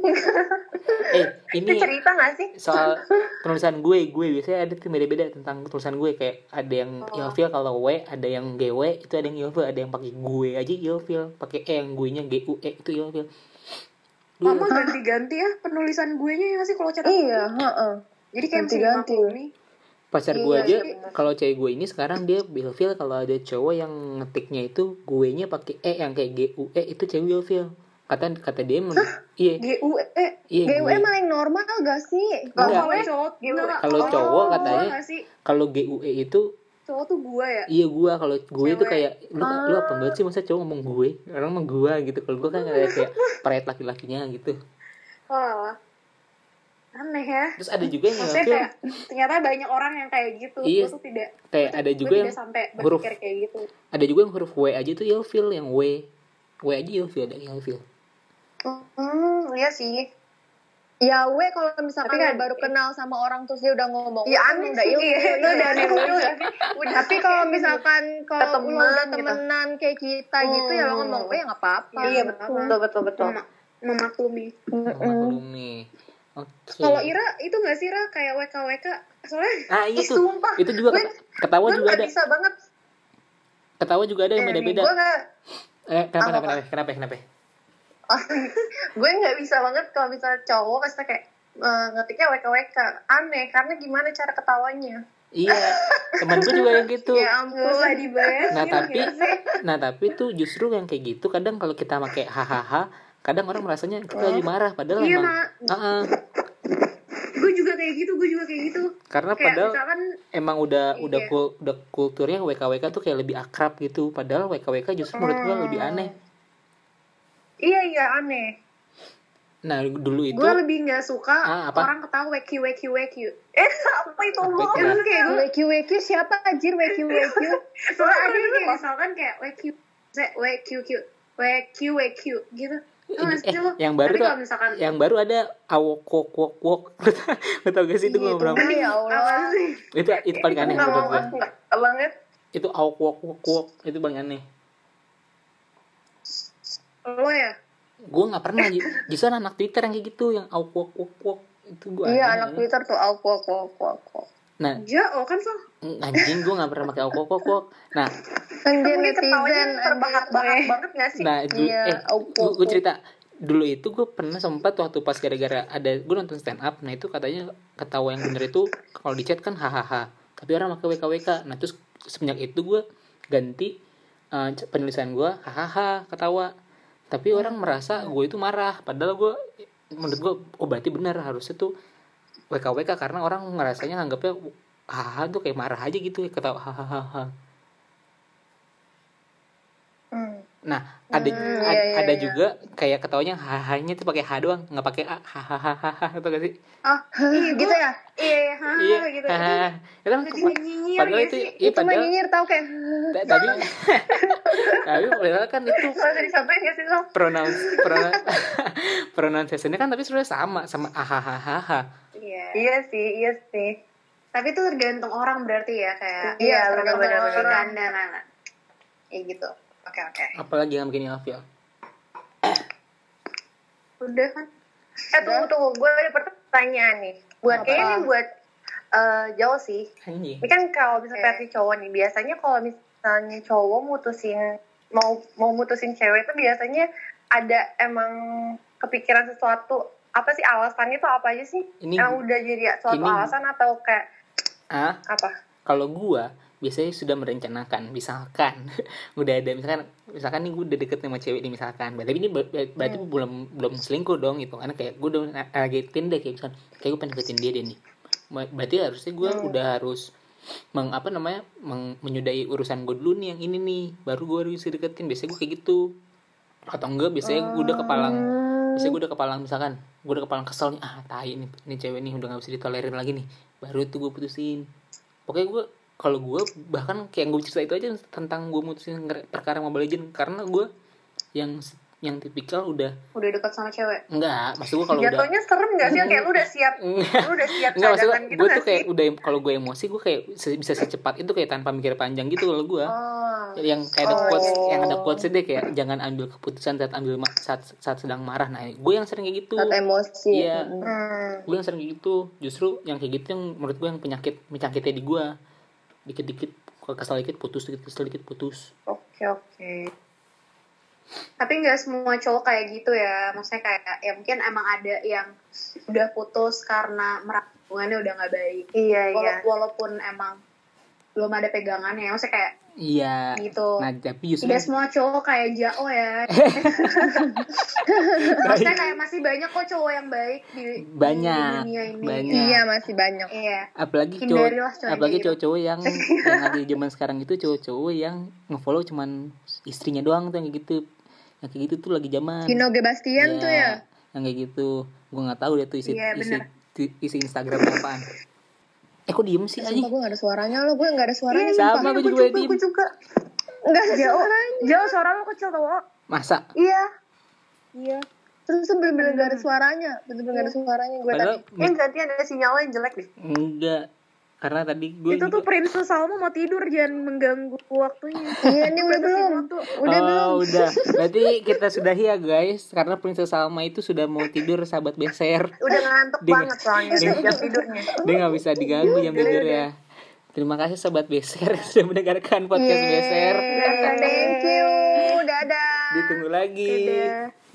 ini itu cerita nggak sih soal penulisan gue biasanya ada tuh beda-beda tentang tulisan gue, kayak ada yang ilfil kalau W, ada yang GW itu ada yang ilfil, ada yang pakai gue aja ilfil, pakai yang gue nya GUE itu ilfil. Mama ganti-ganti ya penulisan gue nya ya sih kalau cetak. Iya, jadi kayak ganti-ganti nih. Pacar gue aja kalau cewek gue ini sekarang dia ilfil kalau ada cowok yang ngetiknya itu gue nya pakai yang kayak GUE itu cewek ilfil. Kata dia iya. GUE. Iya, GUE malah yang normal gak sih? Kalau cowok katanya kalau GUE itu cowok tuh gua ya? Iya gua, kalau gue itu kayak lu apa banget sih masa cowok ngomong gue, orang ngomong gua gitu. Kalau gua kan kayak pride laki-lakinya gitu. Oh, aneh ya. Terus ada juga yang kayak ternyata banyak orang yang kayak gitu. Iya, gua tuh tidak kayak ada juga yang sampai berpikir kayak gitu. Ada juga yang huruf W aja tuh ilfil, yang W aja ilfil, ada ilfil. Iya sih. Ya W kalau misalkan kan, baru kenal sama orang terus dia udah ngomong, ya aneh udah ilfil, udah aneh dulu. Tapi kalau misalkan kalau lu udah temenan kayak kita gitu ya lo ngomong ya nggak apa-apa. Iya betul. Memaklumi. Okay. Kalau Ira itu nggak sih Ira kayak WK soalnya? Itu. Sumpah. Itu juga ketawa juga ada. Bisa banget. Ketawa juga ada yang beda-beda. Kenapa? Gue nggak bisa banget kalau misalnya cowok pasti kayak ngetiknya WK aneh karena gimana cara ketawanya. Iya, teman gue juga yang gitu. Ya ampun, dibayar. Nah tapi tuh justru yang kayak gitu kadang kalau kita pakai hahaha, kadang orang merasanya kita lagi marah padahal Gue juga kayak gitu. Karena kayak padahal misalkan, emang udah kulturnya WK tuh kayak lebih akrab gitu. Padahal WK justru menurut gue lebih aneh. Iya aneh. Nah dulu itu gue lebih nggak suka orang ketawa WQ. Apa itu lo? Kayak WQ siapa anjir WQ? Soalnya ada yang kayak misalkan kayak WQ gitu. Yang baru ada awok. Betul gak sih itu gue berapa? Ya Allah. Itu paling aneh menurut gue. Banget. Itu awok itu paling aneh. Lo ya? Gue nggak pernah, justru anak Twitter yang kayak gitu, yang awok itu gue. Iya anak Twitter tuh awok. Nah, kan so. Anjing gue nggak pernah pakai awok. Nah, kan dia netizen terbahak-bahak banget nggak sih? Nah, gue cerita dulu itu gue pernah sempat waktu pas gara-gara ada gue nonton stand up, nah itu katanya ketawa yang bener itu kalau di chat kan hahaha, tapi orang pakai WK. Nah terus semenjak itu gue ganti penulisan gue hahaha ketawa. Tapi orang merasa gue itu marah. Padahal menurut gue, berarti benar harusnya tuh WK karena orang ngerasanya anggapnya hahaha tuh kayak marah aja gitu, ketawa hahaha. Nah ada juga kayak ketawanya hahanya tuh pakai h doang, nggak pakai a, hahaha itu gak sih? Gitu ya? Iya gitu. Itu kan padahal itu padahal nyinyir tau kayak. Tapi padahal kan itu disampaikan nggak sih lo? Pronunciation-nya kan tapi sebenarnya sama ahahaha. Iya sih. Tapi itu tergantung orang berarti ya kayak. Iya benar-benar. Nah. Iya gitu. Oke. Apalagi yang bikin ilfil? Udah kan? Tunggu. Gue ada pertanyaan nih. Kayaknya ini jauh sih. Ini kan kalau misalnya versi cowok nih, biasanya kalau misalnya cowok mau mutusin cewek itu biasanya ada emang kepikiran sesuatu, apa sih alasannya tuh apa aja sih? Yang udah jadi suatu alasan atau kayak apa? Kalau gua biasanya sudah merencanakan, misalkan udah ada misalkan nih gue udah deket sama cewek nih misalkan, berarti belum selingkuh dong gitu, karena kayak gue udah targetin deh, kayak misalkan kayak gue pengen deketin dia deh nih, berarti harusnya gue udah harus menyudahi urusan gue dulu nih yang ini nih, baru gue harus deketin. Biasanya gue kayak gitu, atau enggak biasanya gue udah kepalang misalkan gue udah kepalang kesel nih, tai nih cewek nih udah nggak bisa ditolerin lagi nih, baru tuh gue putusin. Pokoknya gue, kalau gue bahkan kayak gue cerita itu aja tentang gue mutusin perkara Mobile Legends, karena gue yang tipikal udah dekat sama cewek. Enggak, maksud gue kalau jatuhnya serem nggak sih, kayak lu udah siap cadangan gitu. Gue tuh kayak udah, kalau gue emosi gue kayak bisa secepat itu, kayak tanpa mikir panjang gitu kalau gue. Yang kayak ada quotes deh, kayak jangan ambil keputusan saat sedang marah. Nah, gue yang sering kayak gitu. Saat emosi. Iya. Gue yang sering kayak gitu. Justru yang kayak gitu yang menurut gue yang penyakitnya di gue. Dikit-dikit kesal dikit putus, Oke. Tapi nggak semua cowok kayak gitu ya, maksudnya kayak ya mungkin emang ada yang udah putus karena merasa hubungannya udah nggak baik. Iya. Walaupun emang belum ada pegangannya, maksudnya kayak gitu. Nah, tapi justru tidak semua cowok kayak Jao ya. Maksudnya kayak masih banyak kok cowok yang baik di dunia ini. Banyak. Iya, masih banyak. Iya. Apalagi cowok-cowok yang ada di zaman sekarang itu, cowok-cowok yang ngefollow cuman istrinya doang tuh, yang gitu. Yang kayak gitu tuh lagi zaman. Vino Gebastian tuh ya. Yang kayak gitu. Gue enggak tahu dia tuh isi Instagramnya apaan. Kok diem sih aja? Sumpah gue gak ada suaranya lo, gue gak ada suaranya. Sama, gue juga diem. Gak ada suaranya. Jauh suara lo kecil tau. Masa? Iya. Terus bener-bener gak ada suaranya. Bener-bener gak ada suaranya gue tadi. Ganti ada sinyalnya jelek deh. Enggak, karena tadi gue itu tuh Princess Salma mau tidur, jangan mengganggu waktunya. Iya, ini udah belum? Udah belum? Udah. Berarti kita sudahi ya guys, karena Princess Salma itu sudah mau tidur, sahabat beser. Udah ngantuk banget soalnya jam tidurnya. Dia nggak bisa diganggu jam tidur ya. Terima kasih sobat beser sudah mendengarkan podcast beser. Thank you. Dadah. Ditunggu lagi. Dadah.